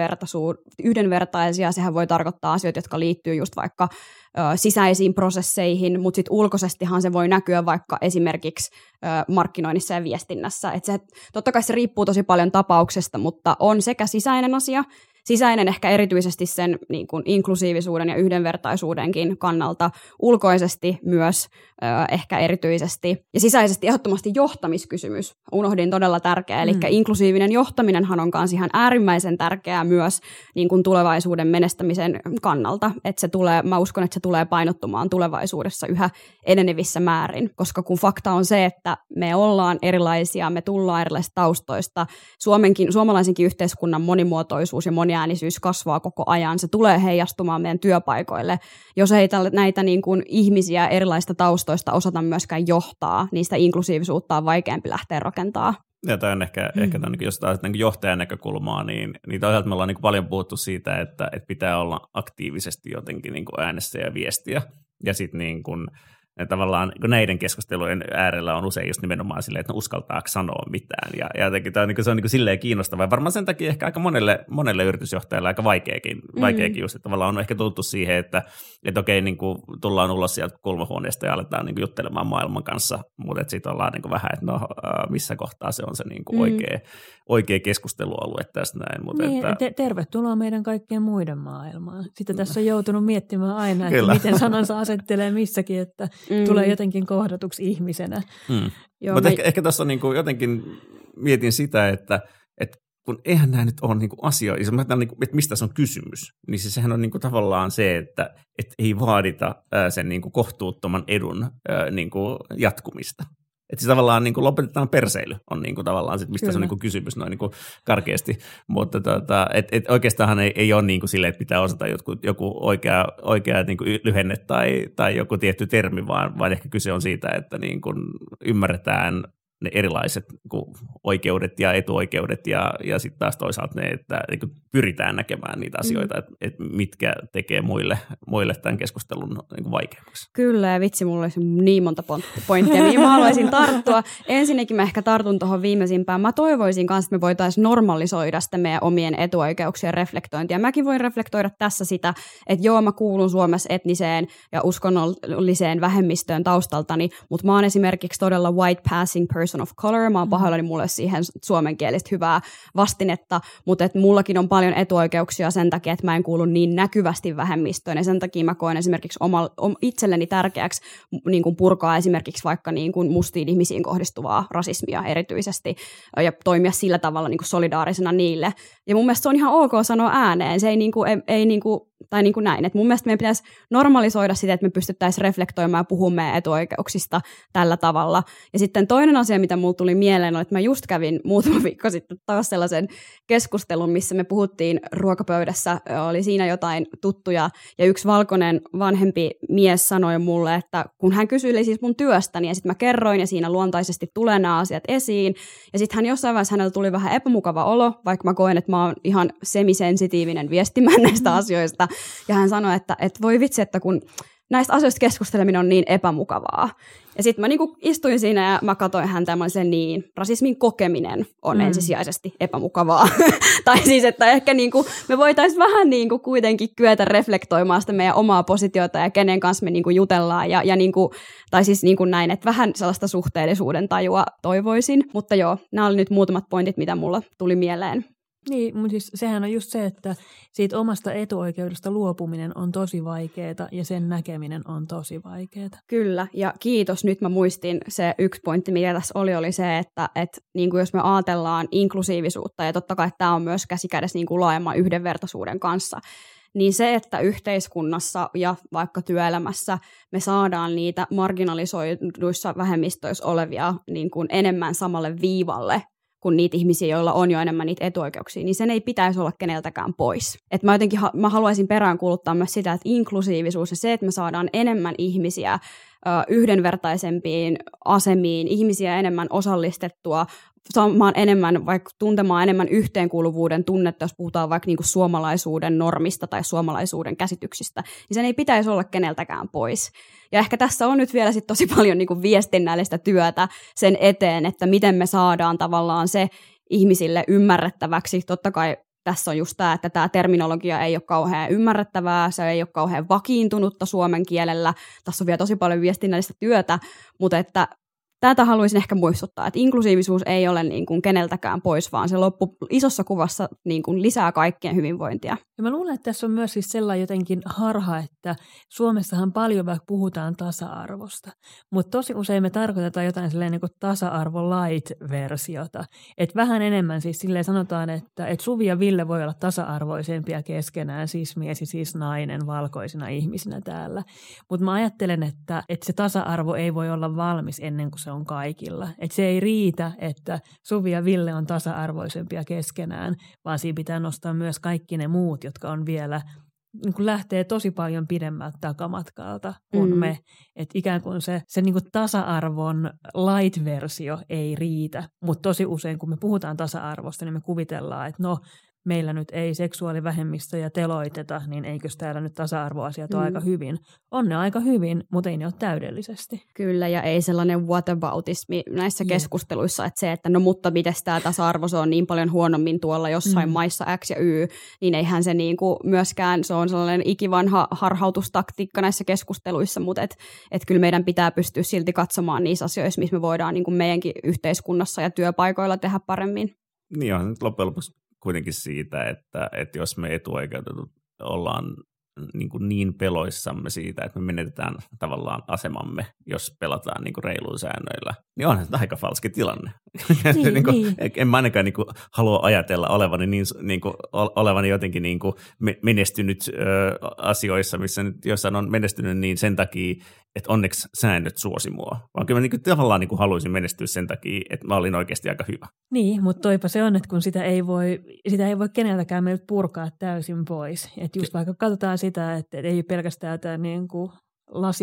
yhdenvertaisia. Sehän voi tarkoittaa asioita, jotka liittyy just vaikka ö, sisäisiin prosesseihin, mutta sitten ulkoisestihan se voi näkyä vaikka esimerkiksi ö, markkinoinnissa ja viestinnässä. Et se, totta kai se riippuu tosi paljon tapauksesta, mutta on sekä sisäinen asia, sisäinen ehkä erityisesti sen niin kuin inklusiivisuuden ja yhdenvertaisuudenkin kannalta, ulkoisesti myös ö, ehkä erityisesti, ja sisäisesti ehdottomasti johtamiskysymys. Unohdin todella tärkeä, eli mm. inklusiivinen johtaminenhan on myös ihan äärimmäisen tärkeää myös niin kuin tulevaisuuden menestämisen kannalta, että se tulee, mä uskon, että se tulee painottumaan tulevaisuudessa yhä enenevissä määrin, koska kun fakta on se, että me ollaan erilaisia, me tullaan erilaisista taustoista, Suomenkin, suomalaisenkin yhteiskunnan monimuotoisuus ja moni äänisyys kasvaa koko ajan. Se tulee heijastumaan meidän työpaikoille. Jos ei tälle, näitä niin kuin ihmisiä erilaisista taustoista osata myöskään johtaa, niin sitä inklusiivisuutta on vaikeampi lähteä rakentamaan. Ja tämä on ehkä, mm. ehkä tämän, jos taas niin johtajan näkökulmaa, niin, niin toisaalta me ollaan niin paljon puhuttu siitä, että, että pitää olla aktiivisesti jotenkin niin äänessä ja viestiä. Ja sitten niin kuin ja tavallaan näiden keskustelujen äärellä on usein just nimenomaan silleen, että ne uskaltaako sanoa mitään. Ja, ja jotenkin tämä on, niin se on niin silleen kiinnostavaa. Varmaan sen takia ehkä aika monelle, monelle yritysjohtajalle aika vaikeakin, mm. vaikeakin just, että tavallaan on ehkä tultu siihen, että, että okei, niin kuin tullaan ulos sieltä kulmahuoneesta ja aletaan niin kuin juttelemaan maailman kanssa, mutta sitten ollaan niin kuin vähän, että no missä kohtaa se on se niin kuin mm. oikea, oikea keskustelualue tästä näin. Mutta niin, että te- tervetuloa meidän kaikkien muiden maailmaan. Sitten tässä on joutunut miettimään aina, että miten sanansa asettelee missäkin, että Mm. tulee jotenkin kohdatuksi ihmisenä. Mm. Mutta mä... ehkä, ehkä tässä on niinku jotenkin, mietin sitä, että, että kun eihän nämä nyt ole niinku asioita, niinku, että mistä se on kysymys, niin se, sehän on niinku tavallaan se, että et ei vaadita ää, sen niinku kohtuuttoman edun ää, niinku jatkumista. Että siis tavallaan niin kuin lopetetaan perseily on niin kuin tavallaan sit, mistä Kyllä. se on niin kuin kysymys noin niin kuin karkeasti. Mutta tota, et, et oikeastaan ei, ei ole niin kuin silleen, että pitää osata joku, joku oikea, oikea niin kuin lyhenne tai, tai joku tietty termi, vaan, vaan ehkä kyse on siitä, että niin kuin ymmärretään ne erilaiset niin kuin oikeudet ja etuoikeudet ja, ja sitten taas toisaalta ne, että niin kuin pyritään näkemään niitä asioita, mm. että et mitkä tekee muille, muille tämän keskustelun niin kuin vaikeammaksi. Kyllä, ja vitsi, mulla olisi niin monta pointtia, mihin mä haluaisin tarttua. Ensinnäkin mä ehkä tartun tuohon viimeisimpään. Mä toivoisin kanssa, että me voitaisiin normalisoida sitä meidän omien etuoikeuksien reflektointia. Mäkin voin reflektoida tässä sitä, että joo, mä kuulun Suomessa etniseen ja uskonnolliseen vähemmistöön taustaltani, mutta mä oon esimerkiksi todella white passing person of color. Mä oon pahoillani, mulle siihen suomenkielistä hyvää vastinetta, mutta että mullakin on paljon etuoikeuksia sen takia, että mä en kuulu niin näkyvästi vähemmistöön, ja sen takia mä koen esimerkiksi oma, om, itselleni tärkeäksi niin kuin purkaa esimerkiksi vaikka niin kuin mustiin ihmisiin kohdistuvaa rasismia erityisesti, ja toimia sillä tavalla niin kuin solidaarisena niille. Ja mun mielestä se on ihan ok sanoa ääneen, se ei, niin kuin, ei, ei niin kuin, tai niin kuin näin, että mun mielestä meidän pitäisi normalisoida sitä, että me pystyttäisiin reflektoimaan ja puhumaan meidän etuoikeuksista tällä tavalla. Ja sitten toinen asia, mitä mulla tuli mieleen, on, että mä just kävin muutama viikko sitten taas sellaisen keskustelun, missä me puhuttiin ruokapöydässä, oli siinä jotain tuttuja, ja yksi valkoinen vanhempi mies sanoi mulle, että kun hän kysyi siis mun työstäni, ja sitten mä kerroin, ja siinä luontaisesti tulee nämä asiat esiin, ja sitten hän jossain vaiheessa hänellä tuli vähän epämukava olo, vaikka mä koen, että mä oon ihan semisensitiivinen viestimään näistä asioista, ja hän sanoi, että, että voi vitsi, että kun näistä asioista keskusteleminen on niin epämukavaa. Ja sitten mä niinku istuin siinä ja mä katsoin häntä ja mä olin sen niin, rasismin kokeminen on mm. ensisijaisesti epämukavaa. Tai siis, että ehkä niinku me voitaisiin vähän niinku kuitenkin kyetä reflektoimaan sitä meidän omaa positiota ja kenen kanssa me niinku jutellaan. Ja, ja niinku, tai siis niinku näin, että vähän sellaista suhteellisuuden tajua toivoisin. Mutta joo, nämä oli nyt muutamat pointit, mitä mulla tuli mieleen. Niin, mutta siis sehän on just se, että siitä omasta etuoikeudesta luopuminen on tosi vaikeaa ja sen näkeminen on tosi vaikeaa. Kyllä, ja kiitos. Nyt mä muistin se yksi pointti, mikä tässä oli, oli se, että et, niin kuin jos me ajatellaan inklusiivisuutta, ja totta kai tämä on myös käsikädessä niin kuin laajemman yhdenvertaisuuden kanssa, niin se, että yhteiskunnassa ja vaikka työelämässä me saadaan niitä marginalisoiduissa vähemmistöissä olevia niin kuin enemmän samalle viivalle, kuin niitä ihmisiä, joilla on jo enemmän niitä etuoikeuksia, niin sen ei pitäisi olla keneltäkään pois. Et mä, jotenkin, mä haluaisin peräänkuuluttaa myös sitä, että inklusiivisuus ja se, että me saadaan enemmän ihmisiä ö, yhdenvertaisempiin asemiin, ihmisiä enemmän osallistettua, saamaan enemmän, vaikka tuntemaan enemmän yhteenkuuluvuuden tunnetta, jos puhutaan vaikka niinku suomalaisuuden normista tai suomalaisuuden käsityksistä, niin sen ei pitäisi olla keneltäkään pois. Ja ehkä tässä on nyt vielä sit tosi paljon niinku viestinnällistä työtä sen eteen, että miten me saadaan tavallaan se ihmisille ymmärrettäväksi. Totta kai tässä on just tämä, että tämä terminologia ei ole kauhean ymmärrettävää, se ei ole kauhean vakiintunutta suomen kielellä. Tässä on vielä tosi paljon viestinnällistä työtä, mutta että tätä haluaisin ehkä muistuttaa, että inklusiivisuus ei ole niin kuin keneltäkään pois, vaan se loppu isossa kuvassa niin kuin lisää kaikkien hyvinvointia. Ja mä luulen, että tässä on myös siis sellainen jotenkin harha, että Suomessahan paljon vaikka puhutaan tasa-arvosta, mutta tosi usein me tarkoitetaan jotain sellainen niin kuin tasa-arvo-light-versiota. Että vähän enemmän siis silleen sanotaan, että, että Suvi ja Ville voi olla tasa-arvoisempia keskenään, siis mies ja siis nainen valkoisina ihmisinä täällä. Mutta mä ajattelen, että, että se tasa-arvo ei voi olla valmis ennen kuin se on kaikilla. Että se ei riitä, että Suvi ja Ville on tasa-arvoisempia keskenään, vaan siinä pitää nostaa myös kaikki ne muut, jotka on vielä, niin kuin lähtee tosi paljon pidemmältä takamatkalta kuin mm. me. Että ikään kuin se, se niin kuin tasa-arvon light-versio ei riitä, mutta tosi usein kun me puhutaan tasa-arvosta, niin me kuvitellaan, että no, meillä nyt ei seksuaalivähemmistöjä teloiteta, niin eikös täällä nyt tasa-arvoasiat mm. ole aika hyvin? On ne aika hyvin, mutta ei ne ole täydellisesti. Kyllä, ja ei sellainen whataboutismi näissä yeah. keskusteluissa, että se, että no mutta miten tämä tasa-arvo, se on niin paljon huonommin tuolla jossain mm. maissa X ja Y, niin eihän se niinku myöskään, se on sellainen ikivanha harhautustaktiikka näissä keskusteluissa, mutta et, et kyllä meidän pitää pystyä silti katsomaan niissä asioissa, missä me voidaan niinku meidänkin yhteiskunnassa ja työpaikoilla tehdä paremmin. Niin on loppujen lopuksi kuitenkin siitä, että, että jos me etuoikeutetut ollaan niin, kuin niin peloissamme siitä, että me menetetään tavallaan asemamme, jos pelataan niin kuin reiluilla säännöillä, niin onhan se aika falski tilanne. Niin, niin kuin, niin. En mä ainakaan niin kuin halua ajatella olevani, niin, niin kuin, olevani jotenkin niin kuin menestynyt ö, asioissa, missä nyt jossain on menestynyt niin sen takia, että onneksi säännöt suosi mua. Vaan kyllä mä niin kuin, tavallaan niin kuin haluaisin menestyä sen takia, että mä olin oikeasti aika hyvä. Niin, mutta toipa se on, että kun sitä ei voi, sitä ei voi keneltäkään meiltä purkaa täysin pois. Että just vaikka katsotaan sitä, että ei pelkästään tämä niin kuin lasikatto,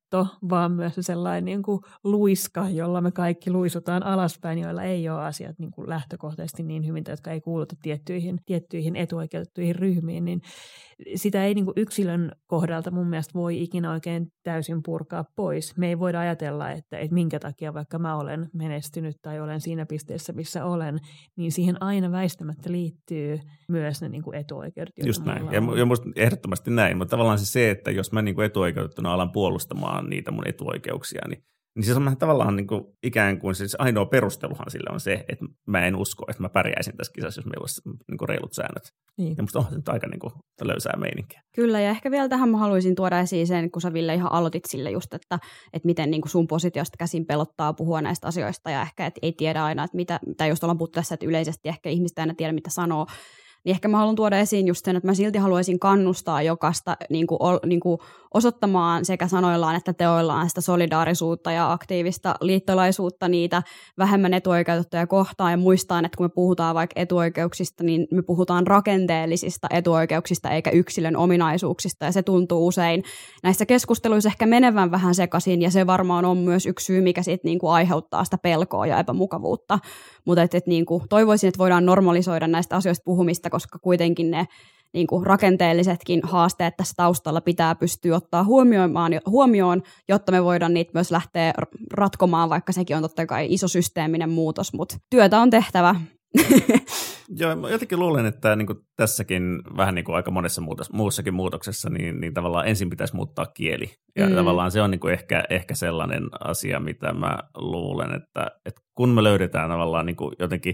katto, vaan myös sellainen niin kuin luiska, jolla me kaikki luisutaan alaspäin, joilla ei ole asiat niin kuin lähtökohtaisesti niin hyvin, tai jotka ei kuuluta tiettyihin, tiettyihin etuoikeutettuihin ryhmiin, niin sitä ei niin kuin yksilön kohdalta mun mielestä voi ikinä oikein täysin purkaa pois. Me ei voida ajatella, että, että minkä takia vaikka mä olen menestynyt tai olen siinä pisteessä, missä olen, niin siihen aina väistämättä liittyy myös ne niin kuin etuoikeudet. Just näin. Ja, ja musta ehdottomasti näin, mutta tavallaan se, se että jos mä niin kuin etuoikeutettuna alan puolustamaan niitä mun etuoikeuksia, niin, niin se on tavallaan niin kuin ikään kuin siis ainoa perusteluhan sille on se, että mä en usko, että mä pärjäisin tässä kisassa, jos meillä olisi niin kuin reilut säännöt. Niin. Ja musta onhan se nyt aika niin kuin löysää meininkiä. Kyllä, ja ehkä vielä tähän mä haluaisin tuoda esiin sen, kun sä Ville ihan aloitit sille just, että, että miten niin kuin sun positiosta käsin pelottaa puhua näistä asioista, ja ehkä että ei tiedä aina, että mitä, tai just ollaan puhuttu tässä, että yleisesti ehkä ihmistä aina tiedä, mitä sanoo. Niin ehkä mä haluan tuoda esiin just sen, että mä silti haluaisin kannustaa jokaista niin kuin, niin kuin osoittamaan sekä sanoillaan että teoillaan sitä solidaarisuutta ja aktiivista liittolaisuutta niitä vähemmän etuoikeutettuja kohtaan. Ja muistaan, että kun me puhutaan vaikka etuoikeuksista, niin me puhutaan rakenteellisista etuoikeuksista eikä yksilön ominaisuuksista. Ja se tuntuu usein näissä keskusteluissa ehkä menevän vähän sekaisin, ja se varmaan on myös yksi syy, mikä siitä niin kuin aiheuttaa sitä pelkoa ja epämukavuutta. Mutta et, et, niin kuin, toivoisin, että voidaan normalisoida näistä asioista puhumista, koska kuitenkin ne niin kuin rakenteellisetkin haasteet tässä taustalla pitää pystyä ottaa huomioimaan, huomioon, jotta me voidaan niitä myös lähteä ratkomaan, vaikka sekin on totta kai iso systeeminen muutos, mutta työtä on tehtävä. Joo, jotenkin luulen, että niin kuin tässäkin vähän niin kuin aika monessa muutos, muussakin muutoksessa, niin, niin tavallaan ensin pitäisi muuttaa kieli. Ja mm. tavallaan se on niin kuin ehkä, ehkä sellainen asia, mitä mä luulen, että, että kun me löydetään tavallaan niin kuin jotenkin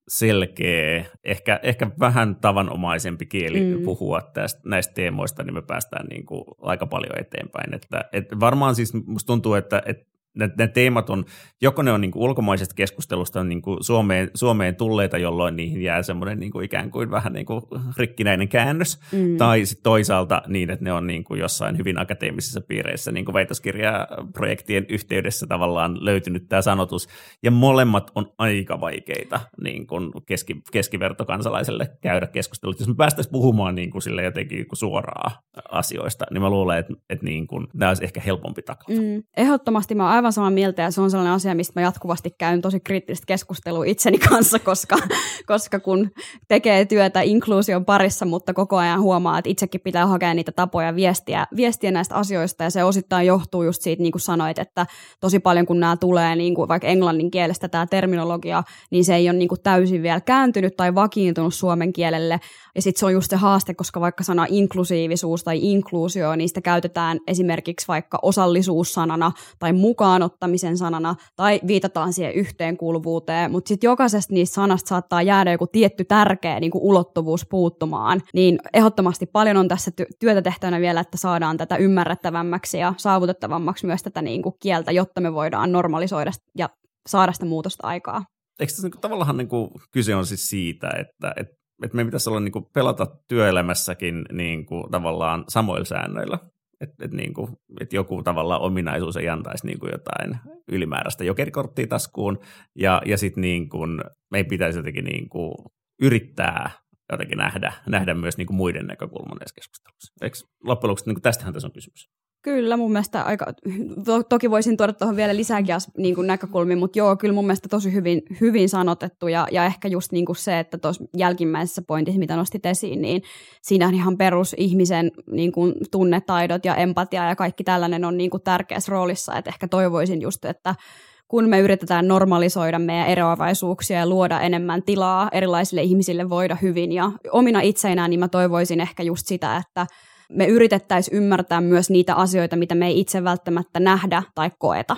selkeä, ehkä, ehkä vähän tavanomaisempi kieli mm. puhua tästä, näistä teemoista, niin me päästään niin kuin aika paljon eteenpäin. Että, että varmaan siis musta tuntuu, että, että Ne, ne teemat on, joko ne on niin kuin ulkomaisesta keskustelusta niin kuin Suomeen, Suomeen tulleita, jolloin niihin jää semmoinen niin kuin ikään kuin vähän niin kuin rikkinäinen käännös, mm. tai sitten toisaalta niin, että ne on niin kuin jossain hyvin akateemisissa piireissä, niin kuin väitöskirjaprojektien yhteydessä tavallaan löytynyt tämä sanotus, ja molemmat on aika vaikeita niin kuin keski, keskivertokansalaiselle käydä keskustelut. Jos me päästäisiin puhumaan niin kuin sille jotenkin niin kuin suoraan asioista, niin mä luulen, että, että niin kuin, tämä olisi ehkä helpompi taklata. Mm. Ehdottomasti mä oon aivan samaa mieltä, ja se on sellainen asia, mistä mä jatkuvasti käyn tosi kriittistä keskustelua itseni kanssa, koska, koska kun tekee työtä inkluusion parissa, mutta koko ajan huomaa, että itsekin pitää hakea niitä tapoja viestiä, viestiä näistä asioista, ja se osittain johtuu just siitä, niin kuin sanoit, että tosi paljon kun nämä tulee niin kuin vaikka englannin kielestä tämä terminologia, niin se ei ole niin kuin täysin vielä kääntynyt tai vakiintunut suomen kielelle, ja sitten se on just se haaste, koska vaikka sana inklusiivisuus tai inkluusio, niin sitä käytetään esimerkiksi vaikka osallisuussanana tai mukaanottamisen sanana, tai viitataan siihen yhteenkuuluvuuteen, mutta sitten jokaisesta niistä sanasta saattaa jäädä joku tietty tärkeä niin kuin ulottuvuus puuttumaan, niin ehdottomasti paljon on tässä työtä tehtävänä vielä, että saadaan tätä ymmärrettävämmäksi ja saavutettavammaksi myös tätä niin kuin kieltä, jotta me voidaan normalisoida ja saada sitä muutosta aikaa. Eikö tässä niin kuin, tavallaan niin kuin, kyse on siis siitä, että, että että meidän pitäisi olla niin kuin pelata työelämässäkin niin kuin tavallaan samoilla säännöillä, että et niin kuin, et joku tavallaan ominaisuus ei antaisi niin kuin jotain ylimääräistä jokerikorttia taskuun, ja, ja sitten niin kuin, me ei pitäisi jotenkin niin kuin yrittää jotenkin nähdä, nähdä myös niin kuin muiden näkökulman näissä keskustelussa. Eikö loppujen lopuksi niin kuin tästähän tässä on kysymys? Kyllä, mun mielestä aika, to, toki voisin tuoda tuohon vielä lisääkin niin kuin näkökulmia, mutta joo, kyllä mun mielestä tosi hyvin, hyvin sanotettu, ja, ja ehkä just niin kuin se, että tuossa jälkimmäisessä pointissa, mitä nostit esiin, niin siinä on ihan perus ihmisen niin kuin tunnetaidot ja empatia ja kaikki tällainen on niin kuin tärkeässä roolissa, että ehkä toivoisin just, että kun me yritetään normalisoida meidän eroavaisuuksia ja luoda enemmän tilaa erilaisille ihmisille voida hyvin ja omina itseinään, niin mä toivoisin ehkä just sitä, että me yritettäisiin ymmärtää myös niitä asioita, mitä me ei itse välttämättä nähdä tai koeta.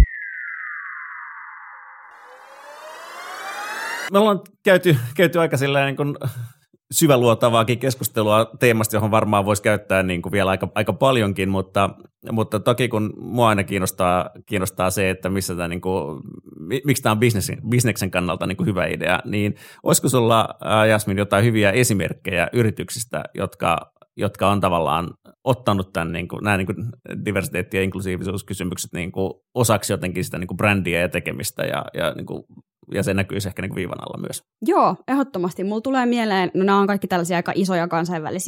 Me ollaan käyty, käyty aika niin kuin syväluotavaakin keskustelua teemasta, johon varmaan voisi käyttää niin kuin vielä aika, aika paljonkin, mutta, mutta toki kun mua aina kiinnostaa, kiinnostaa se, että missä tämä, niin kuin, miksi tämä on bisneksen, bisneksen kannalta niin kuin hyvä idea, niin olisiko sulla, Jasmin, jotain hyviä esimerkkejä yrityksistä, jotka jotka on tavallaan ottanut tämän, niin kuin, nämä niin kuin diversiteetti- ja inklusiivisuuskysymykset niin kuin osaksi jotenkin sitä niin kuin brändiä ja tekemistä, ja, ja, niin kuin, ja se näkyisi ehkä niin kuin viivan alla myös. Joo, ehdottomasti. Mulla tulee mieleen, no nämä on kaikki tällaisia aika isoja kansainvälisiä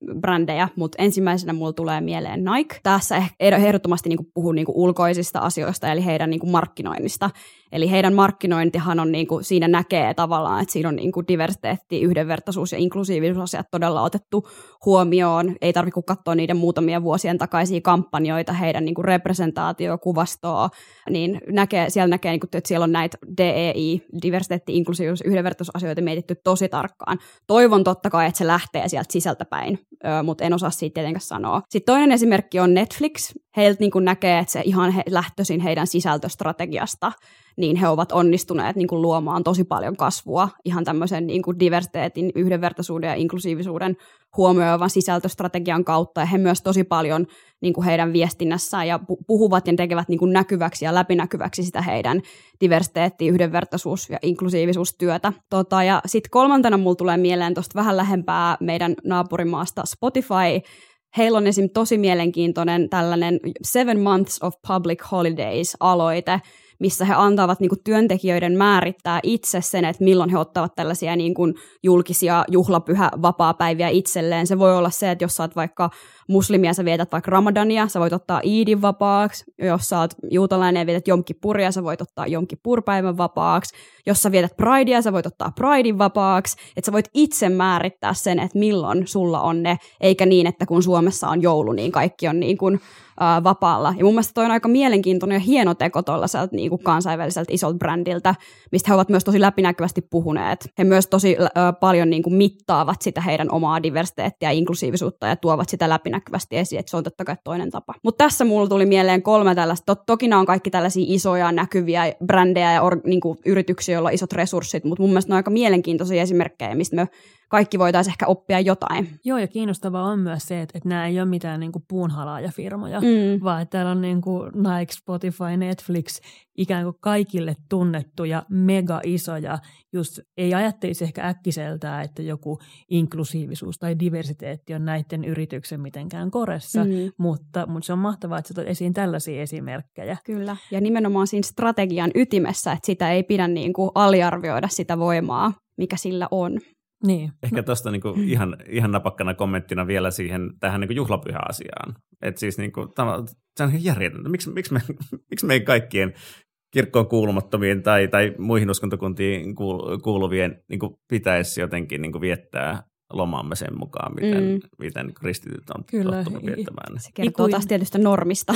brändejä, mutta ensimmäisenä mulla tulee mieleen Nike. Tässä ehdottomasti niinku puhun niinku ulkoisista asioista, eli heidän niinku markkinoinnista. Eli heidän markkinointihan on, niinku, siinä näkee tavallaan, että siinä on niinku diversiteetti, yhdenvertaisuus ja inklusiivisuusasiat todella otettu huomioon. Ei tarvitse kuin katsoa niiden muutamia vuosien takaisia kampanjoita, heidän niinku representaatiokuvastoa, niin näkee, siellä näkee, niinku, että siellä on näitä D E I, diversiteetti, inklusiivisuus, yhdenvertaisuusasioita mietitty tosi tarkkaan. Toivon totta kai, että se lähtee sieltä sisältäpäin, mutta en osaa siitä tietenkään sanoa. Sitten toinen esimerkki on Netflix. Heiltä niin kuin näkee, että se ihan he, lähtöisin heidän sisältöstrategiasta, niin he ovat onnistuneet niin kuin luomaan tosi paljon kasvua ihan tämmöisen niin kuin diversiteetin, yhdenvertaisuuden ja inklusiivisuuden huomioivan sisältöstrategian kautta. Ja he myös tosi paljon niin kuin heidän viestinnässään ja puhuvat ja tekevät niin kuin näkyväksi ja läpinäkyväksi sitä heidän diversiteetti, yhdenvertaisuus ja inklusiivisuustyötä. Tota, ja sitten kolmantena mulla tulee mieleen tuosta vähän lähempää meidän naapurimaasta Spotify. Heillä on esim. Tosi mielenkiintoinen tällainen Seven Months of Public Holidays-aloite, missä he antavat niin kuin työntekijöiden määrittää itse sen, että milloin he ottavat tällaisia niin kuin julkisia juhlapyhä-vapaapäiviä itselleen. Se voi olla se, että jos sä oot vaikka muslimia, sä vietät vaikka Ramadania, sä voit ottaa Iidin vapaaksi. Jos sä oot juutalainen ja vietät Jom Kippuria, sä voit ottaa Jom Kippur-päivän vapaaksi. Jos sä vietät Pridea, sä voit ottaa Pridein vapaaksi. Että sä voit itse määrittää sen, että milloin sulla on ne, eikä niin, että kun Suomessa on joulu, niin kaikki on niin kuin Uh, vapaalla. Ja mun mielestä toi on aika mielenkiintoinen ja hieno teko tuollaiselta niin kuin kansainväliseltä isolta brändiltä, mistä he ovat myös tosi läpinäkyvästi puhuneet. He myös tosi uh, paljon niin kuin mittaavat sitä heidän omaa diversiteettiä ja inklusiivisuutta ja tuovat sitä läpinäkyvästi esiin, että se on totta kai toinen tapa. Mutta tässä mulla tuli mieleen kolme tällaista. Tot, toki nämä on kaikki tällaisia isoja näkyviä brändejä ja or, niin kuin yrityksiä, joilla on isot resurssit, mutta mun mielestä ne on aika mielenkiintoisia esimerkkejä, mistä me kaikki voitaisiin ehkä oppia jotain. Joo, ja kiinnostavaa on myös se, että, että nämä ei ole mitään niin kuin puunhalaajafirmoja, mm. vaan että täällä on niin kuin Nike, Spotify, Netflix, ikään kuin kaikille tunnettuja, mega isoja. Just ei ajattelisi ehkä äkkiseltään, että joku inklusiivisuus tai diversiteetti on näiden yrityksen mitenkään koressa, mm. mutta, mutta se on mahtavaa, että sä tuot esiin tällaisia esimerkkejä. Kyllä, ja nimenomaan siinä strategian ytimessä, että sitä ei pidä niin kuin aliarvioida sitä voimaa, mikä sillä on. Niin. Ehkä tuosta niinku ihan, ihan napakkana kommenttina vielä siihen tähän niinku juhlapyhäasiaan. Että siis niinku, tämä, se on ihan järjetöntä. Miksi, miksi, me, miksi me ei kaikkien kirkkoon kuulumattomien tai, tai muihin uskontokuntiin kuuluvien niinku pitäisi jotenkin niinku viettää lomaamme sen mukaan, miten, mm. miten kristityt on Kyllä. tottunut viettämään. Se kertoo Ikuin... taas tietystä normista.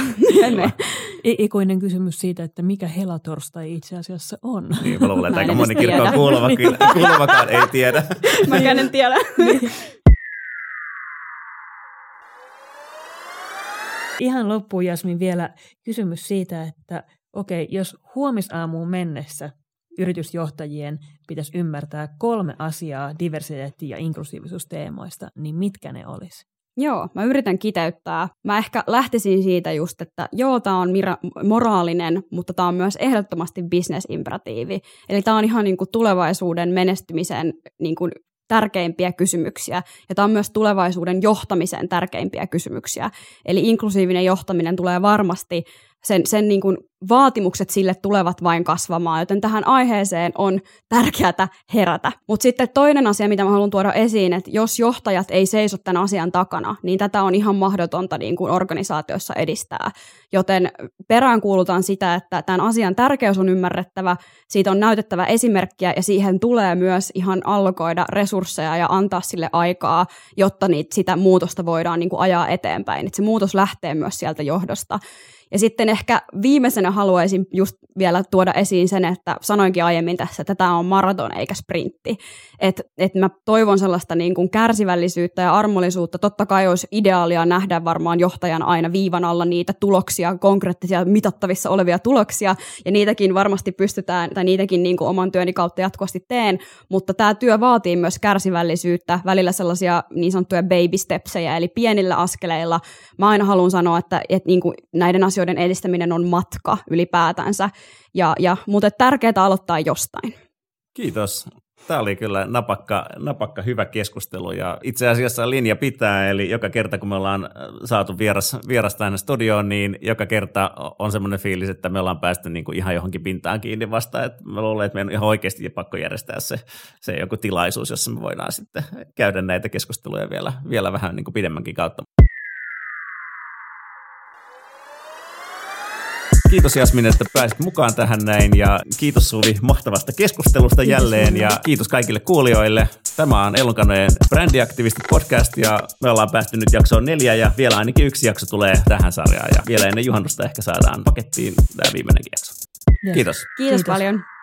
Ikuinen kysymys siitä, että mikä helatorstai itse asiassa on. Niin, mä luulen, että aika moni kirkkoon kuuluvakaan ei tiedä. Mäkään en tiedä. Ihan loppuun, Jasmin, vielä kysymys siitä, että okei, jos huomisaamuun mennessä yritysjohtajien pitäisi ymmärtää kolme asiaa diversiteetti- ja inklusiivisuusteemoista, niin mitkä ne olisi? Joo, mä yritän kiteyttää. Mä ehkä lähtisin siitä just, että joo, tää on mira- moraalinen, mutta tää on myös ehdottomasti business-imperatiivi. Eli tää on ihan niin kuin tulevaisuuden menestymisen niin kuin tärkeimpiä kysymyksiä, ja tämä on myös tulevaisuuden johtamisen tärkeimpiä kysymyksiä. Eli inklusiivinen johtaminen tulee varmasti, sen, sen niin kuin vaatimukset sille tulevat vain kasvamaan, joten tähän aiheeseen on tärkeää herätä. Mutta sitten toinen asia, mitä mä haluan tuoda esiin, että jos johtajat ei seiso tämän asian takana, niin tätä on ihan mahdotonta niin kuin organisaatioissa edistää. Joten peräänkuulutaan sitä, että tämän asian tärkeys on ymmärrettävä, siitä on näytettävä esimerkkiä ja siihen tulee myös ihan allokoida resursseja ja antaa sille aikaa, jotta niitä, sitä muutosta voidaan niin kuin ajaa eteenpäin. Et se muutos lähtee myös sieltä johdosta. Ja sitten ehkä viimeisenä haluaisin just vielä tuoda esiin sen, että sanoinkin aiemmin tässä, että tämä on maraton eikä sprintti. Että et mä toivon sellaista niin kuin kärsivällisyyttä ja armollisuutta. Totta kai olisi ideaalia nähdä varmaan johtajan aina viivan alla niitä tuloksia, konkreettisia mitattavissa olevia tuloksia. Ja niitäkin varmasti pystytään, tai niitäkin niin kuin oman työni kautta jatkuvasti teen. Mutta tämä työ vaatii myös kärsivällisyyttä, välillä sellaisia niin sanottuja baby stepsejä, eli pienillä askeleilla. Mä aina haluan sanoa, että, että niin kuin näiden asioiden edistäminen on matka ylipäätänsä, ja, ja, mutta tärkeää aloittaa jostain. Kiitos. Tämä oli kyllä napakka, napakka hyvä keskustelu ja itse asiassa linja pitää, eli joka kerta kun me ollaan saatu vieras, vieras tänne studioon, niin joka kerta on semmoinen fiilis, että me ollaan päästy niin kuin ihan johonkin pintaan kiinni vasta, että mä luulen, että meidän on ihan oikeasti pakko järjestää se, se joku tilaisuus, jossa me voidaan sitten käydä näitä keskusteluja vielä, vielä vähän niin kuin pidemmänkin kautta. Kiitos Jasmin, että pääsit mukaan tähän näin ja kiitos Suvi mahtavasta keskustelusta kiitos jälleen minä. Ja kiitos kaikille kuulijoille. Tämä on Ellunkanojen brändiaktivistit podcast ja me ollaan päästy nyt jaksoon neljä ja vielä ainakin yksi jakso tulee tähän sarjaan ja vielä ennen juhannusta ehkä saadaan pakettiin tämä viimeinenkin jakso. Yes. Kiitos. Kiitos, kiitos paljon.